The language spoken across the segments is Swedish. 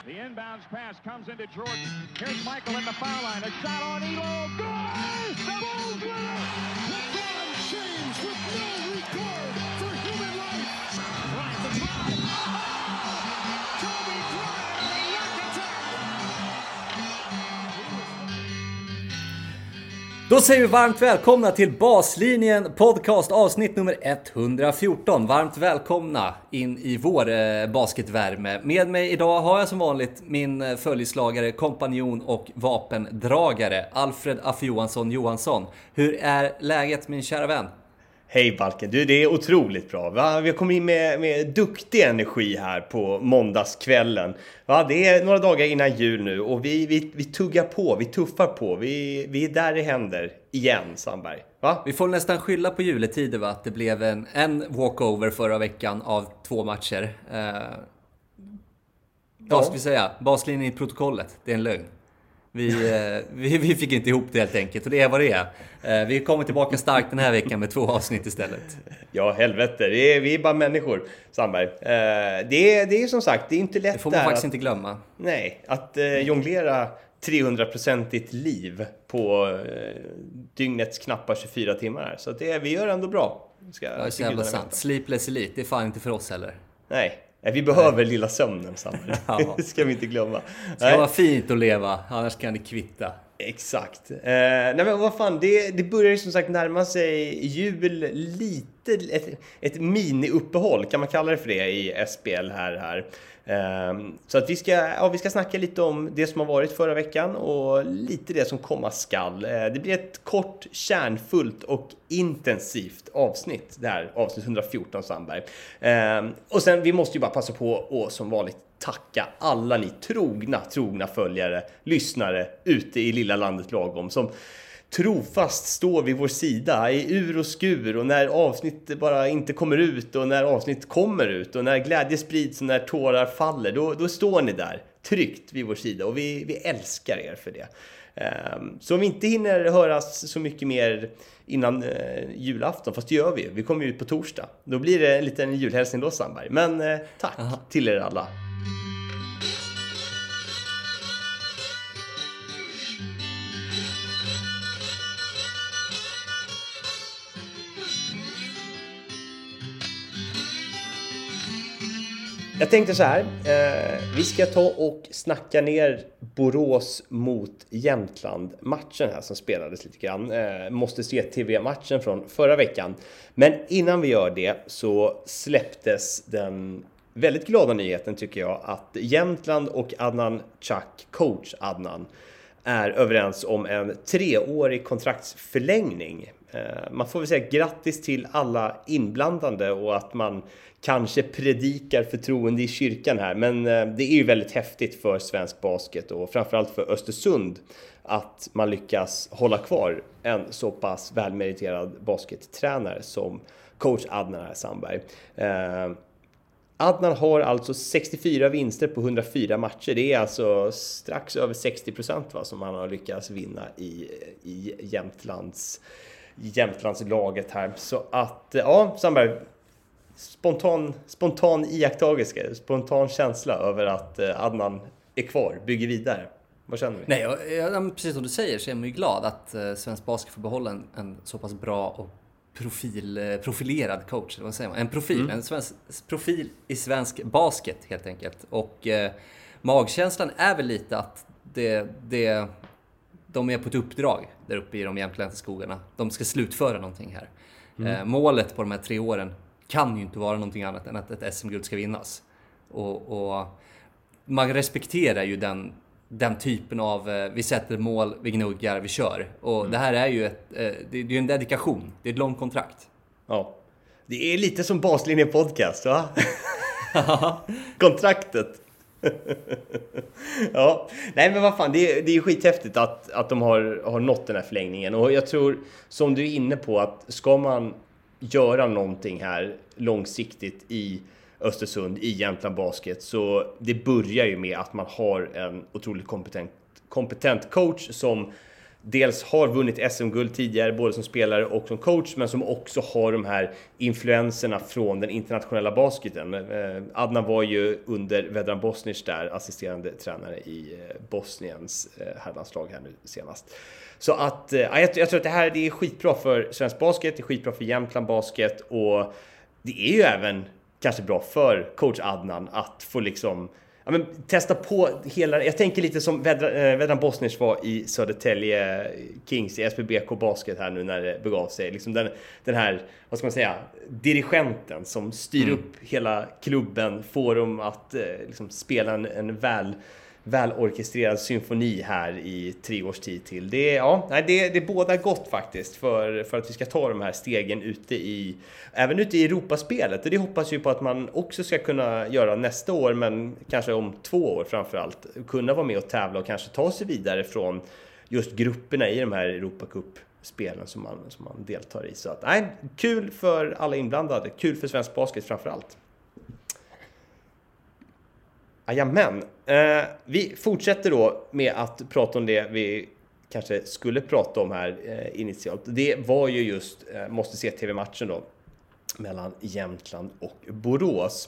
The inbounds pass comes into Jordan. Here's Michael in the foul line. A shot on Elo. Good! The Bulls win it! LeBron James with no regard for human life. Bryant the drive. Kobe Bryant on a yak attack. Då säger vi varmt välkomna till Baslinjen podcast avsnitt nummer 114. Varmt välkomna in i vår basketvärme. Med mig idag har jag som vanligt min följeslagare, kompanjon och vapendragare Alfred Affe Johansson. Hur är läget min kära vän? Hej Balken, du, det är otroligt bra. Va? Vi har kommit in med duktig energi här på måndagskvällen. Va? Det är några dagar innan jul nu och vi tuggar på, vi tuffar på. Vi är där det händer igen, Sandberg. Va? Vi får nästan skylla på juletider, va? Att det blev en walkover förra veckan av 2 matcher. Vad ska vi säga? Baslinjen i protokollet, det är en lögn. Vi fick inte ihop det helt enkelt, och det är vad det är. Vi kommer tillbaka starkt den här veckan med 2 avsnitt istället. Ja, helvete. Vi är bara människor, Sandberg. Det är som sagt, det är inte lätt. Det får man faktiskt inte glömma. Nej, att jonglera 300% ditt liv på dygnets knappa 24 timmar här. Så att vi gör ändå bra. Det är så jävla sant. Sleepless Elite, det är fan inte för oss heller. Nej, vi behöver lilla sömnen, Sandberg. Ja. Det ska vi inte glömma. Det ska vara fint att leva, annars kan det kvitta. Exakt. Nej men vad fan, det börjar ju som sagt närma sig jul lite, ett mini-uppehåll kan man kalla det för det i SPL här. Så att vi ska snacka lite om det som har varit förra veckan och lite det som komma skall. Det blir ett kort, kärnfullt och intensivt avsnitt, det här avsnitt 114, Sandberg. Och sen, vi måste ju bara passa på och som vanligt tacka alla ni trogna följare, lyssnare ute i lilla landet lagom som trofast står vid vår sida i ur och skur, och när avsnitt bara inte kommer ut och när avsnitt kommer ut och när glädje sprids och när tårar faller, då står ni där tryggt vid vår sida, och vi älskar er för det. Så om vi inte hinner höras så mycket mer innan julafton, fast det gör vi kommer ut på torsdag, då blir det en liten julhälsning då, Sandberg. Men tack till er alla. Jag tänkte så här, vi ska ta och snacka ner Borås mot Jämtland, matchen här som spelades lite grann. Måste se TV-matchen från förra veckan. Men innan vi gör det så släpptes den väldigt glada nyheten, tycker jag, att Jämtland och Adnan Chak, coach Adnan, är överens om en 3-årig kontraktsförlängning. Man får väl säga grattis till alla inblandade och att man kanske predikar förtroende i kyrkan här. Men det är ju väldigt häftigt för svensk basket och framförallt för Östersund att man lyckas hålla kvar en så pass välmeriterad baskettränare som coach Adnan här, Sandberg. Adnan har alltså 64 vinster på 104 matcher. Det är alltså strax över 60%, va, som han har lyckats vinna i Jämtlands laget här. Så att, ja, Sandberg, spontan iakttagelse, spontan känsla över att Adnan är kvar, bygger vidare. Vad känner vi? Nej, precis som du säger så är man ju glad att svensk basket får behålla en så pass bra och profilerad coach, eller vad säger man? En profil, en svensk profil i svensk basket helt enkelt. Och magkänslan är väl lite att de är på ett uppdrag där uppe i de jämtländska skogarna. De ska slutföra någonting här. Målet på de här 3 åren kan ju inte vara någonting annat än att ett SM-guld ska vinnas. Och man respekterar ju den typen av vi sätter mål, vi gnuggar, vi kör. Och det här är ju det är en dedikation. Det är ett långt kontrakt. Ja. Det är lite som Baslinjen podcast, va? Kontraktet. Ja. Nej, men vad fan, det är ju skithäftigt att de har nått den här förlängningen. Och jag tror, som du är inne på, att ska man göra någonting här långsiktigt i Östersund, i Jämtland Basket, så det börjar ju med att man har en otroligt kompetent coach som dels har vunnit SM-guld tidigare, både som spelare och som coach, men som också har de här influenserna från den internationella basketen. Adnan var ju under Vedran Bosnic där, assisterande tränare i Bosniens herrlandslag här nu senast. Så att jag tror att det är skitbra för svensk basket, det är skitbra för Jämtland basket, och det är ju även kanske bra för coach Adnan att få liksom testa på hela. Jag tänker lite som Vedran Bosnic var i Södertälje Kings i SPBK basket här nu när det begav sig. Liksom den här, vad ska man säga, dirigenten som styr upp hela klubben, får dem att liksom spela en välorkestrerad symfoni här i 3 års tid till. Det bådar gott faktiskt för att vi ska ta de här stegen även ute i Europaspelet. Och det hoppas ju på att man också ska kunna göra nästa år, men kanske om 2 år framförallt. Kunna vara med och tävla och kanske ta sig vidare från just grupperna i de här Europacup-spelen som man deltar i. Så att, kul för alla inblandade. Kul för svensk basket framförallt. Jajamän. Vi fortsätter då med att prata om det vi kanske skulle prata om här initialt. Det var ju just, måste se TV-matchen då, mellan Jämtland och Borås.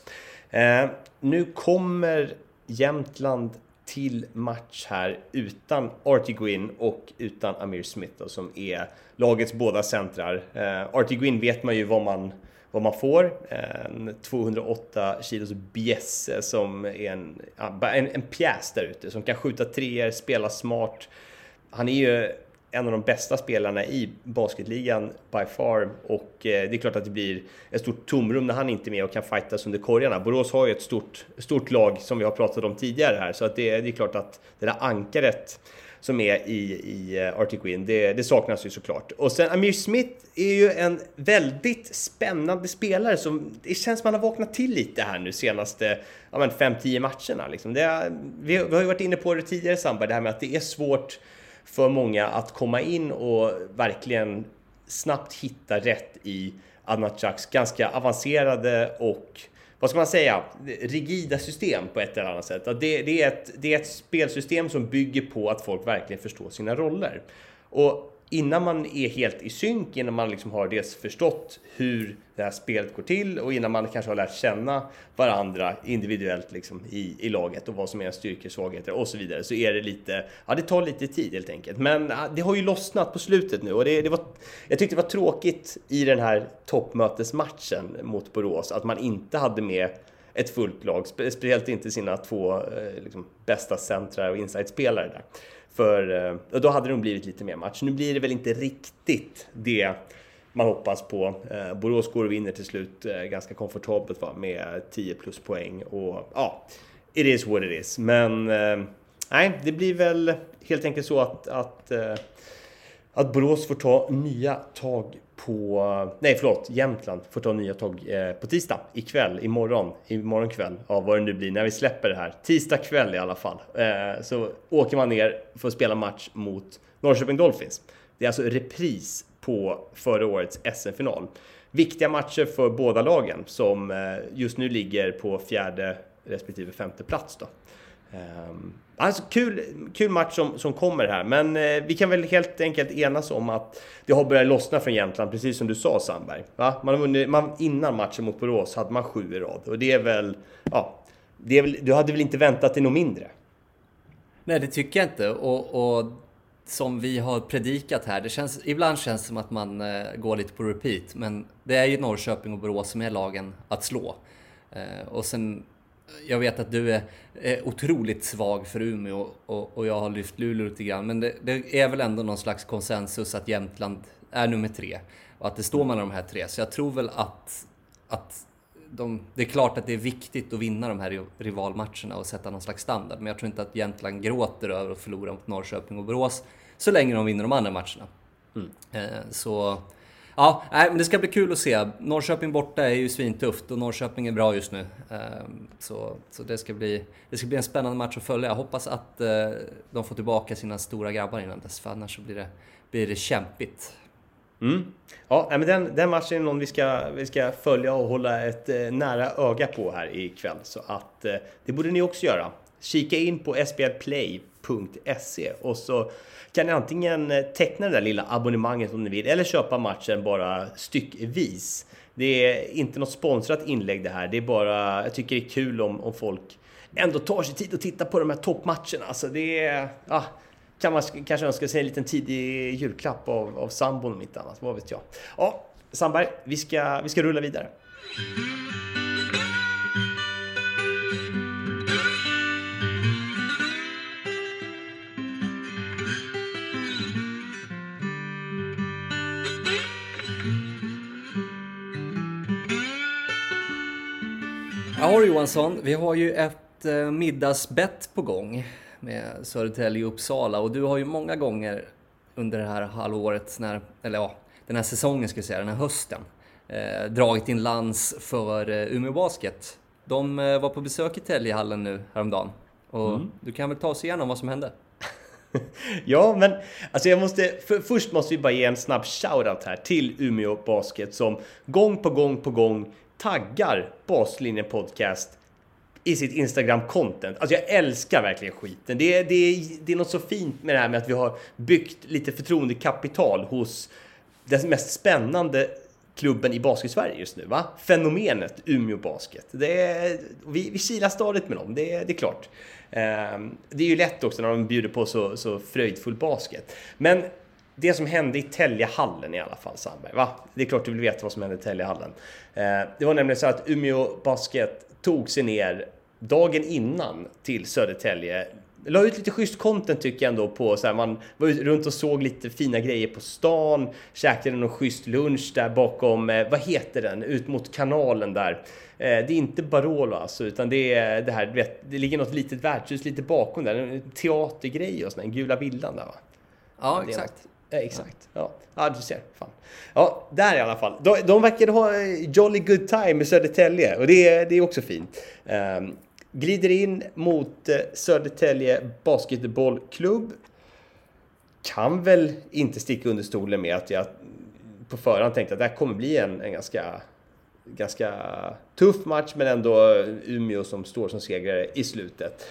Nu kommer Jämtland till match här utan Artie Gwynn och utan Amir Smith då, som är lagets båda centrar. Artie Gwynn vet man ju vad man får. En 208 kilos bjässe som är en pjäs där ute, som kan skjuta treor, spela smart. Han är ju en av de bästa spelarna i basketligan by far, och det är klart att det blir ett stort tomrum när han inte är med och kan fightas under korgarna. Borås har ju ett stort lag som vi har pratat om tidigare här, så att det är klart att det där ankaret som är i Artie Gwynn, det saknas ju såklart. Och sen Amir Smith är ju en väldigt spännande spelare som det känns som man har vaknat till lite här nu senaste 5-10 matcherna. Liksom. Vi har ju varit inne på det tidigare Sandberg, det här med att det är svårt för många att komma in och verkligen snabbt hitta rätt i Adnan Chaks ganska avancerade och, vad ska man säga, rigida system på ett eller annat sätt. Det är ett spelsystem som bygger på att folk verkligen förstår sina roller. Och innan man är helt i synk, innan man liksom har dels förstått hur det här spelet går till och innan man kanske har lärt känna varandra individuellt liksom i laget och vad som är styrkor, svagheter och så vidare, så är det lite, det tar lite tid helt enkelt. Men det har ju lossnat på slutet nu, och jag tyckte det var tråkigt i den här toppmötesmatchen mot Borås att man inte hade med ett fullt lag, speciellt inte sina 2 liksom, bästa centrar och inside-spelare där. För då hade det nog blivit lite mer match. Nu blir det väl inte riktigt det man hoppas på. Borås går och vinner till slut ganska komfortabelt med 10 plus poäng. Och it is what it is. Men nej, det blir väl helt enkelt så att Borås får ta nya tag Jämtland får ta nya tag på tisdag imorgon kväll, vad det nu blir när vi släpper det här. Tisdag kväll i alla fall. Så åker man ner för att spela match mot Norrköping Dolphins. Det är alltså repris på förra årets SM-final. Viktiga matcher för båda lagen som just nu ligger på 4:e respektive 5:e plats då. Alltså kul match som kommer här. Men vi kan väl helt enkelt enas om att det har börjat lossna från Jämtland, precis som du sa Sandberg. Innan matchen mot Borås hade man 7 i rad. Och det är väl, du hade väl inte väntat dig något mindre? Nej, det tycker jag inte. Och som vi har predikat här, ibland känns det som att man går lite på repeat. Men det är ju Norrköping och Borås som är lagen att slå. Och sen, jag vet att du är otroligt svag för Umeå och jag har lyft Luleå lite grann. Men det är väl ändå någon slags konsensus att Jämtland är nummer 3. Och att det står mellan de här 3. Så jag tror väl att det är klart att det är viktigt att vinna de här rivalmatcherna och sätta någon slags standard. Men jag tror inte att Jämtland gråter över att förlora mot Norrköping och Borås så länge de vinner de andra matcherna. Men det ska bli kul att se. Norrköping borta är ju svintufft och Norrköping är bra just nu. Så det ska bli en spännande match att följa. Jag hoppas att de får tillbaka sina stora grabbar innan dess, för annars så blir det kämpigt. Ja, men den matchen är någon vi ska följa och hålla ett nära öga på här ikväll. Så att det borde ni också göra. Kika in på splplay.se och så kan ni antingen teckna det där lilla abonnemanget om ni vill eller köpa matchen bara styckvis. Det är inte något sponsrat inlägg det här. Det är bara, jag tycker det är kul om folk ändå tar sig tid att titta på de här toppmatcherna. Alltså det är, kan man kanske önska sig en liten tidig julklapp av sambon om inte annat. Vad vet jag. Ja, Sandberg, vi ska rulla vidare. Ja, Johansson, vi har ju ett middagsbett på gång med Södertälje och Uppsala och du har ju många gånger under det här halvåret, den här säsongen ska jag säga, den här hösten, dragit in lans för Umeå Basket. De var på besök i Täljehallen nu häromdagen och du kan väl ta oss igenom vad som hände? Ja, men alltså först måste vi bara ge en snabb shoutout här till Umeå Basket som gång på gång taggar Baslinjen Podcast i sitt Instagram-content. Alltså jag älskar verkligen skiten. Det är något så fint med det här med att vi har byggt lite förtroendekapital hos den mest spännande klubben i basket-Sverige just nu, va? Fenomenet Umeå Basket. Vi kilar stadigt med dem, det är klart. Det är ju lätt också när de bjuder på så fröjdfull basket. Men det som hände i Täljehallen i alla fall, Sandberg, va? Det är klart du vill veta vad som hände i Täljehallen. Det var nämligen så att Umeå Basket tog sig ner dagen innan till Södertälje. La ut lite schysst content tycker jag ändå på så här, man var runt och såg lite fina grejer på stan, käkade någon schysst lunch där bakom, vad heter den, ut mot kanalen där. Det är inte Barolo alltså, utan det är det här, du vet, det ligger något litet värdshus lite bakom där, en teatergrej och sån, en Gula Villan där, va? Ja, exakt. Exakt. Ja, du ser. Fan. Ja, där i alla fall. De verkar ha jolly good time i Södertälje och det är också fint. Glider in mot Södertälje basketbollklubb. Kan väl inte sticka under stolen med att jag på förhand tänkte att det här kommer bli en ganska tuff match, men ändå Umeå som står som segrare i slutet.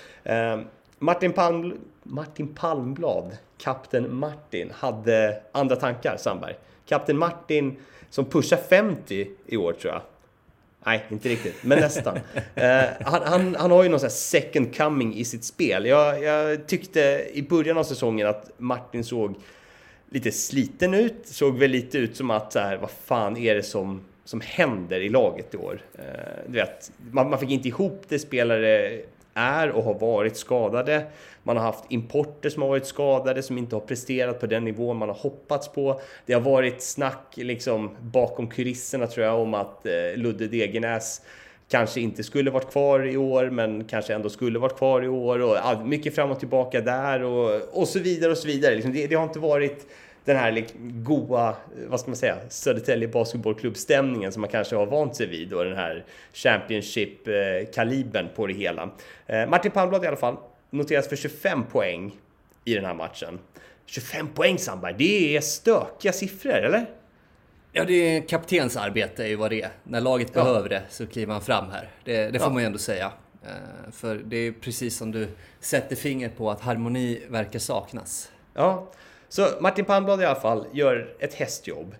Martin Palmblad, kapten Martin, hade andra tankar, Sandberg. Kapten Martin som pushar 50 i år, tror jag. Nej, inte riktigt, men nästan. Han har ju någon sån här second coming i sitt spel. Jag tyckte i början av säsongen att Martin såg lite sliten ut. Såg väl lite ut som att så här, vad fan är det som händer i laget i år? Du vet, man fick inte ihop det. Spelare är och har varit skadade. Man har haft importer som har varit skadade, som inte har presterat på den nivån man har hoppats på. Det har varit snack liksom bakom kulisserna, tror jag, om att Ludde Degenäs kanske inte skulle varit kvar i år, men kanske ändå skulle varit kvar i år. Och mycket fram och tillbaka där och så vidare och så vidare. Liksom det har inte varit den här goa, vad ska man säga, Södertälje basketbollklubbstämningen som man kanske har vant sig vid, och den här Championship-kalibern på det hela. Martin Palmblad i alla fall noteras för 25 poäng i den här matchen. 25 poäng, Sandberg, det är stökiga siffror, eller? Ja, det är kaptensarbete är ju vad det är. När laget behöver det så kliver man fram här. Det får man ju ändå säga. För det är precis som du sätter fingret på att harmoni verkar saknas. Ja, så Martin Palmblad i alla fall gör ett hästjobb.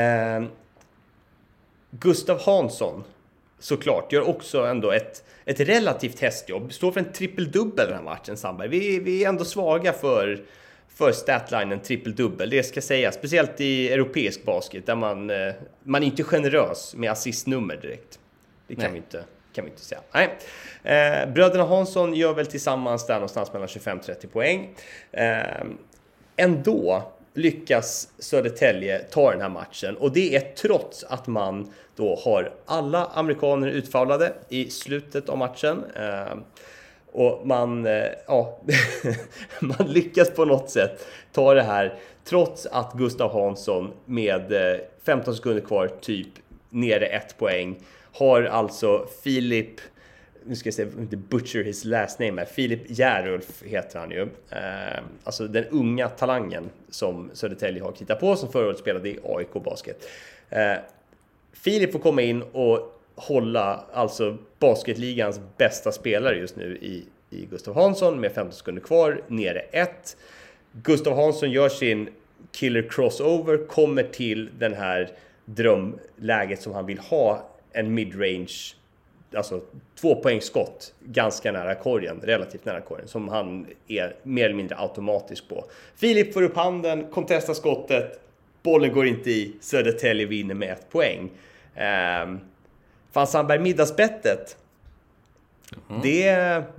Gustav Hansson såklart gör också ändå ett relativt hästjobb. Står för en trippeldubbel den här matchen, Sandberg. Vi är ändå svaga för statlinen trippeldubbel. Det ska sägas, speciellt i europeisk basket där man är inte generös med assistnummer direkt. Det kan vi inte säga. Nej. Bröderna Hansson gör väl tillsammans där någonstans mellan 25-30 poäng. Ändå lyckas Södertälje ta den här matchen, och det är trots att man då har alla amerikaner utfallade i slutet av matchen. Och man lyckas på något sätt ta det här trots att Gustav Hansson med 15 sekunder kvar typ nere 1 poäng har alltså Filip, nu ska jag säga, inte butcher his last name här, Filip Järulf heter han ju. Alltså den unga talangen som Södertälje har kritat på, som förra året spelade i AIK Basket. Filip får komma in och hålla alltså basketligans bästa spelare just nu i i Gustav Hansson med 15 sekunder kvar, nere 1. Gustav Hansson gör sin killer crossover, kommer till den här drömläget som han vill ha, en midrange, alltså 2-poängsskott ganska nära korgen, relativt nära korgen, som han är mer eller mindre automatisk på. Filip får upp handen, contestar skottet, bollen går inte i, Södertälje vinner med 1 poäng. Fan Sandberg, middagsbettet. Det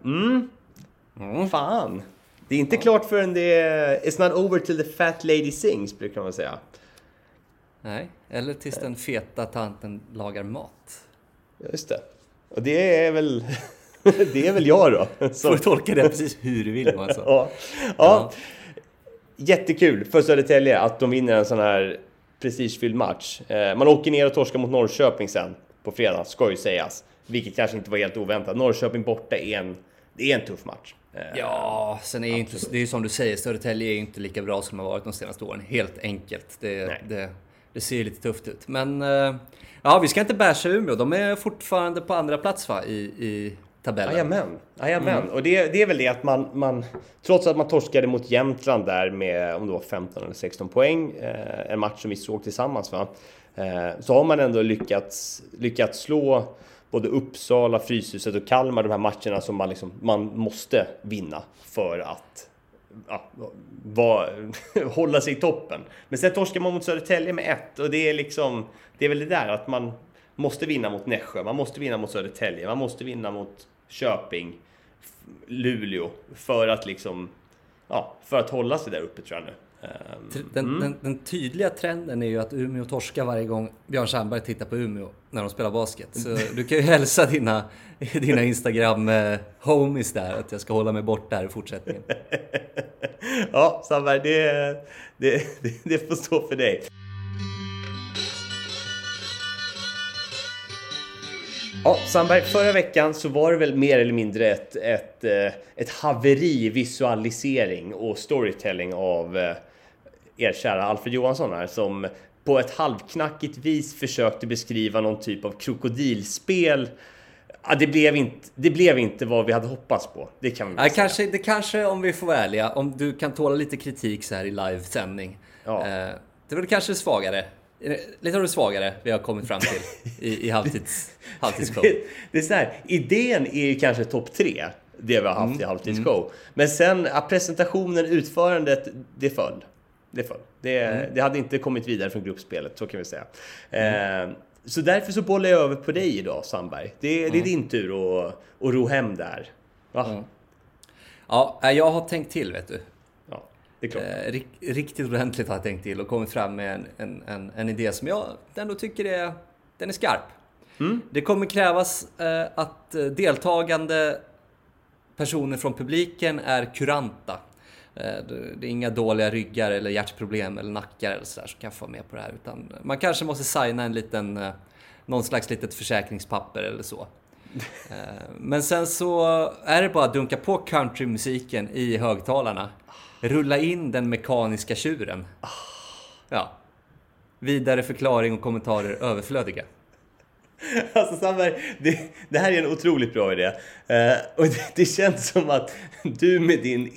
fan. Det är inte klart förrän det är it's not over till the fat lady sings, brukar man säga. Nej, eller tills den feta tanten lagar mat. Just det. Och det är väl det är väl jag då. Så får tolka det precis hur du vill, alltså. Ja. Jättekul för Södertälje att de vinner en sån här prestigefylld match. Man åker ner och torskar mot Norrköping sen på fredag, ska ju sägas. Vilket kanske inte var helt oväntat. Norrköping borta är en tuff match. Ja, sen är ju inte, det är ju som du säger, Södertälje är ju inte lika bra som det har varit de senaste åren. Helt enkelt. Det ser ju lite tufft ut. Men ja, vi ska inte bärsa Umeå. De är fortfarande på andra plats, va, i tabellen. Jajamän. Och det är väl det att man trots att man torskade mot Jämtland där med om det var 15 eller 16 poäng, en match som vi såg tillsammans, va, så har man ändå lyckats slå både Uppsala, Fryshuset och Kalmar, de här matcherna som man måste vinna för att hålla sig i toppen. Men sen torskar man mot Södertälje med 1, och det är väl det där att man måste vinna mot Nässjö, man måste vinna mot Södertälje, man måste vinna mot Köping, Luleå för att hålla sig där uppe, tror jag nu. Den tydliga trenden är ju att Umeå torskar varje gång Björn Sandberg tittar på Umeå när de spelar basket. Så du kan ju hälsa dina Instagram homies där att jag ska hålla mig bort där i fortsättningen. Ja, Sandberg, det får stå för dig. Ja, Sandberg, förra veckan så var det väl mer eller mindre ett haveri, visualisering och storytelling av er kära Alfred Johansson här, som på ett halvknackigt vis försökte beskriva någon typ av krokodilspel. Ja, det blev inte vad vi hade hoppats på. Det kan vi väl säga. Kanske, om vi får vara ärliga, om du kan tåla lite kritik så här i livesändning. Ja. Det var kanske svagare. Lite av det svagare vi har kommit fram till i halvtidsshow. Det är så här, idén är ju kanske topp 3, det vi har haft i halvtidsshow. Men sen presentationen, utförandet, det föll. Det hade inte kommit vidare från gruppspelet, så kan vi säga. Så därför så bollar jag över på dig idag, Sandberg. Det är din tur att ro hem där. Va? Ja, jag har tänkt till, vet du. Ja, det är klart. Riktigt ordentligt har jag tänkt till och kommit fram med en idé som jag ändå tycker den är skarp. Det kommer krävas att deltagande personer från publiken är kuranta. Det är inga dåliga ryggar eller hjärtproblem eller nackar eller så där som kan få med på det här, utan man kanske måste signa någon slags litet försäkringspapper eller så. Men sen så är det bara att dunka på countrymusiken i högtalarna, rulla in den mekaniska tjuren. Ja. Vidare förklaring och kommentarer överflödiga. Alltså Sandberg, det här är en otroligt bra idé. Och det känns som att du med din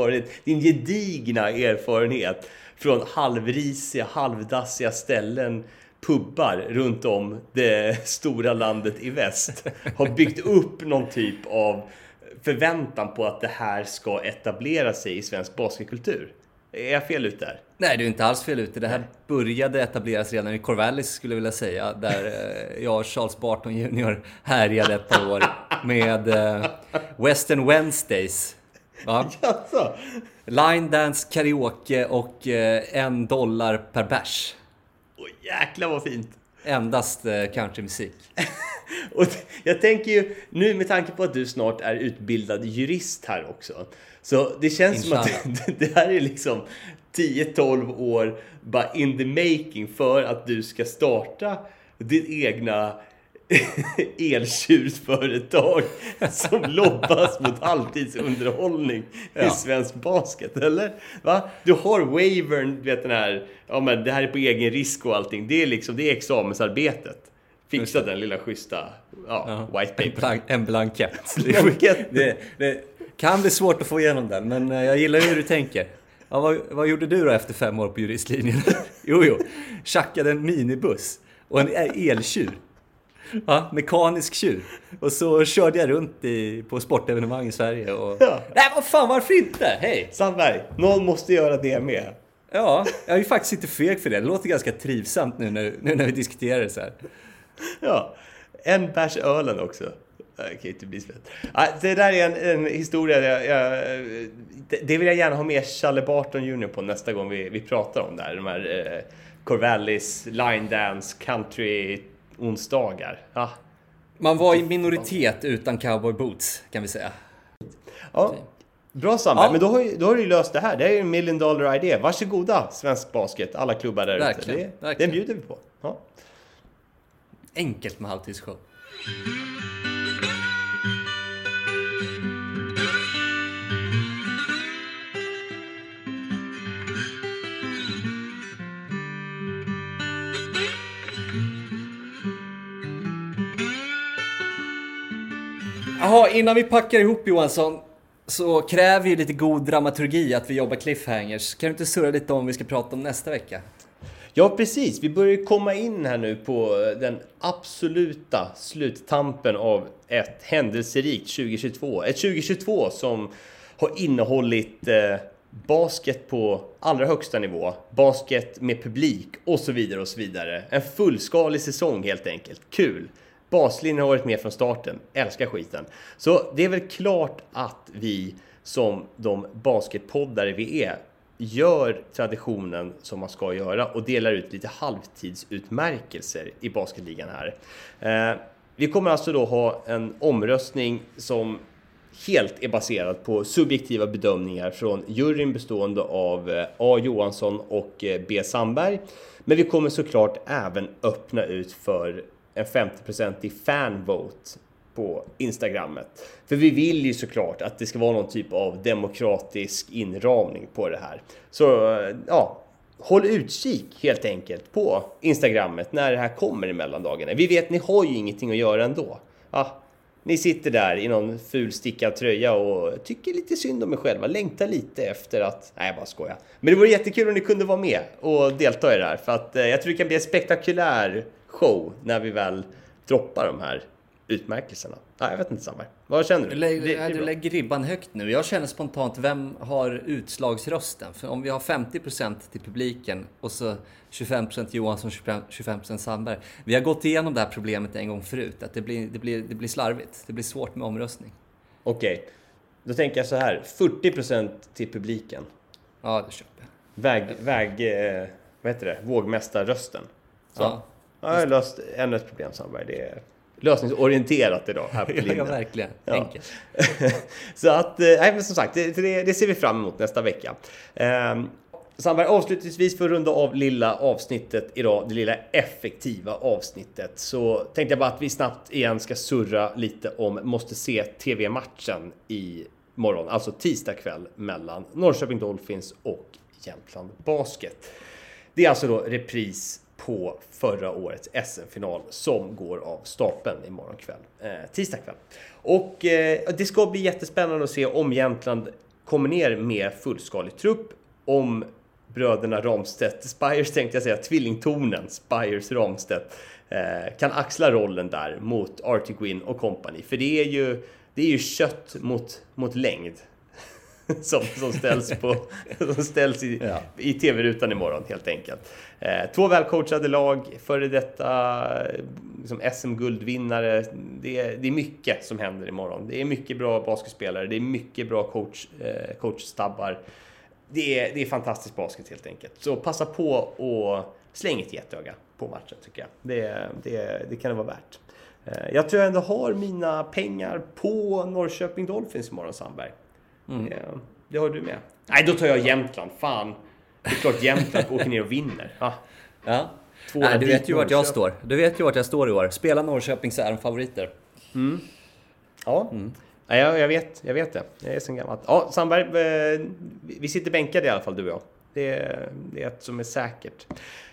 gedigna erfarenhet från halvrisiga, halvdassiga ställen, pubbar runt om det stora landet i väst har byggt upp någon typ av förväntan på att det här ska etablera sig i svensk basketkultur. Är jag fel ut där? Nej, du är inte alls fel ute. Det här började etableras redan i Corvallis, skulle jag vilja säga. Där jag och Charles Barton Jr. härjade ett par år med Western Wednesdays. Ja. Jaså? Line dance, karaoke och $1 per bärs. Åh, jäklar vad fint. Endast countrymusik. Och jag tänker ju, nu med tanke på att du snart är utbildad jurist här också, så det känns som att det här är 10-12 år bara in the making för att du ska starta ditt egna eltjursföretag som lobbas mot halvtidsunderhållning i svensk basket, eller? Va? Du har wavern, du vet den här, men det här är på egen risk och allting. Det är det är examensarbetet. Fixa den lilla schyssta white paper. En blankett. Kan bli svårt att få igenom den, men jag gillar hur du tänker. Ja, vad gjorde du då efter 5 år på juristlinjen? Jo, tjackade en minibuss och en eltjur. Ja, mekanisk tjur. Och så körde jag runt på sportevenemang i Sverige. Och... Ja. Nej, vad fan, varför inte? Hej! Sandberg, någon måste göra det med. Ja, jag är ju faktiskt inte feg för det. Det låter ganska trivsamt nu när vi diskuterar det så här. Ja, en bärs ölen också. Det kan inte bli spänt. Det där är en historia det vill jag gärna ha med Challe Barton Jr. på nästa gång vi pratar om det här. De här Corvallis, line dance, country onsdagar. Ja. Man var i minoritet utan cowboy boots, kan vi säga. Ja, bra Sandberg. Ja. Men då har du ju löst det här. Det är ju en $1 million idé. Varsågoda, svensk basket. Alla klubbar där ute. Den bjuder vi på. Ja. Enkelt med halvtidsshow. Jaha, innan vi packar ihop Johansson så kräver ju lite god dramaturgi att vi jobbar cliffhangers. Kan du inte surra lite om vad vi ska prata om nästa vecka? Ja, precis. Vi börjar komma in här nu på den absoluta sluttampen av ett händelserikt 2022. Ett 2022 som har innehållit basket på allra högsta nivå. Basket med publik och så vidare och så vidare. En fullskalig säsong helt enkelt. Kul! Baslinjen har varit med från starten. Älskar skiten. Så det är väl klart att vi som de basketpoddare vi är gör traditionen som man ska göra och delar ut lite halvtidsutmärkelser i basketligan här. Vi kommer alltså då ha en omröstning som helt är baserad på subjektiva bedömningar från juryn bestående av A. Johansson och B. Sandberg. Men vi kommer såklart även öppna ut för en 50% fanvote på Instagrammet. För vi vill ju såklart att det ska vara någon typ av demokratisk inramning på det här. Så ja, håll utkik helt enkelt på Instagrammet när det här kommer i mellandagarna. Vi vet, ni har ju ingenting att göra ändå. Ja, ni sitter där i någon ful stickad tröja och tycker lite synd om er själva. Längtar lite efter att... Nej, jag bara skojar. Men det vore jättekul om ni kunde vara med och delta i det här. För att jag tror det kan bli en spektakulär show när vi väl droppar de här utmärkelserna. Nej, jag vet inte Sandberg. Vad känner du? Du lägger ribban högt nu. Jag känner spontant, vem har utslagsrösten? För om vi har 50% till publiken och så 25% Johansson, 25% Sandberg. Vi har gått igenom det här problemet en gång förut. Att det blir slarvigt. Det blir svårt med omröstning. Okej. Då tänker jag så här. 40% till publiken. Ja, det köper jag. Vad heter det? Vågmästarrösten. Så. Ja, jag har löst ännu ett problem Sandberg. Det är lösningsorienterat idag här på linjen. Ja, verkligen. Ja. Enkelt. Så att, nej men som sagt, det ser vi fram emot nästa vecka. Sandberg, avslutningsvis för att runda av lilla avsnittet idag, det lilla effektiva avsnittet, så tänkte jag bara att vi snabbt igen ska surra lite om måste se TV-matchen i morgon, alltså tisdag kväll mellan Norrköping Dolphins och Jämtland Basket. Det är alltså då repris på förra årets SM-final som går av stapeln imorgon kväll, tisdag kväll. Och det ska bli jättespännande att se om Jämtland kommer ner med fullskalig trupp, om bröderna Ramstedt, Spires tänkte jag säga, tvillingtornen Spires Ramstedt kan axla rollen där mot Artie Gwynn och company. För det är ju kött mot längd som ställs i tv-rutan imorgon helt enkelt. 2 välcoachade lag, före detta liksom SM-guldvinnare. Det är mycket som händer imorgon. Det är mycket bra basketspelare, det är mycket bra coachstabbar. Det är fantastisk basket helt enkelt. Så passa på och släng ett getöga på matchen tycker jag. Det kan det vara värt. Jag tror jag ändå har mina pengar på Norrköping Dolphins imorgon, Sandberg. Det har du med. Nej, då tar jag Jämtland. Fan. Det är klart Jämtland åker ner och vinner. Ja. Nej, du vet ju vart jag står. Du vet ju vart jag står i år. Spela Norrköping så är de favoriter. Ja. Ja, jag vet det. Jag är så gammalt. Ja, Sandberg, vi sitter bänkade i alla fall, du och jag. Det är ett som är säkert.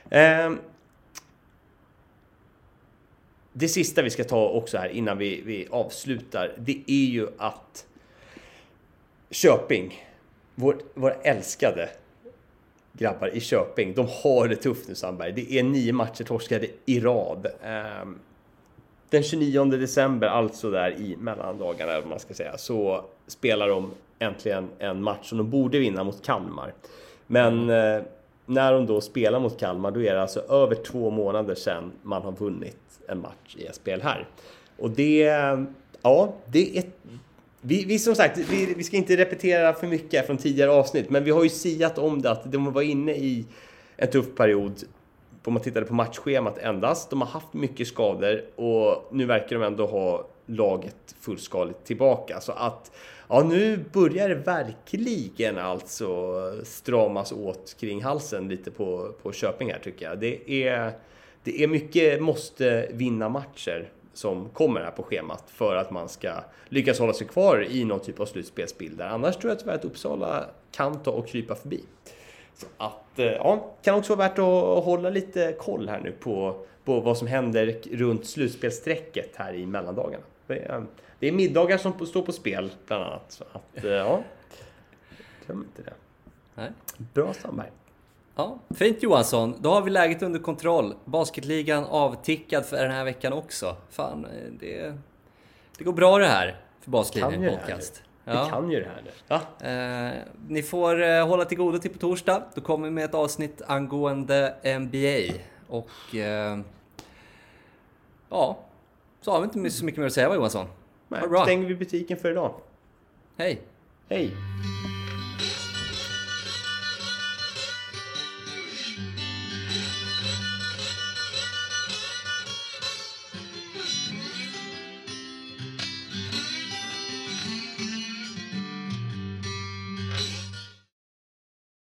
Det sista vi ska ta också här innan vi avslutar, det är ju att Köping, vår älskade grabbar i Köping, de har det tufft nu, Sandberg. Det är 9 matcher torskade i rad. Den 29 december, alltså där i mellandagarna, eller vad man ska säga, så spelar de äntligen en match som de borde vinna mot Kalmar. Men när de då spelar mot Kalmar, då är det alltså över 2 månader sedan man har vunnit en match i SPL här. Och det är... Vi som sagt, vi ska inte repetera för mycket från tidigare avsnitt, men vi har ju siat om det att de var inne i en tuff period om man tittade på matchschemat endast. De har haft mycket skador och nu verkar de ändå ha laget fullskaligt tillbaka. Så att nu börjar det verkligen alltså stramas åt kring halsen lite på Köping här, tycker jag. Det är mycket måste vinna matcher som kommer här på schemat för att man ska lyckas hålla sig kvar i någon typ av slutspelsbild där. Annars tror jag tyvärr att Uppsala kan ta och krypa förbi. Så att, kan också vara värt att hålla lite koll här nu på vad som händer runt slutspelsträcket här i mellandagarna. Det är middagar som står på spel bland annat. Så att, glöm inte det. Nej. Bra, Sandberg. Ja, fint Johansson. Då har vi läget under kontroll. Basketligan avtickad för den här veckan också. Fan, det går bra det här för Basketligan podcast. Ja. Vi kan ju det här nu. Ja. Ni får hålla till godo till på torsdag. Då kommer vi med ett avsnitt angående NBA. Och så har vi inte så mycket mer att säga, Johansson. Nej, stänger vi butiken för idag. Hej. Hej.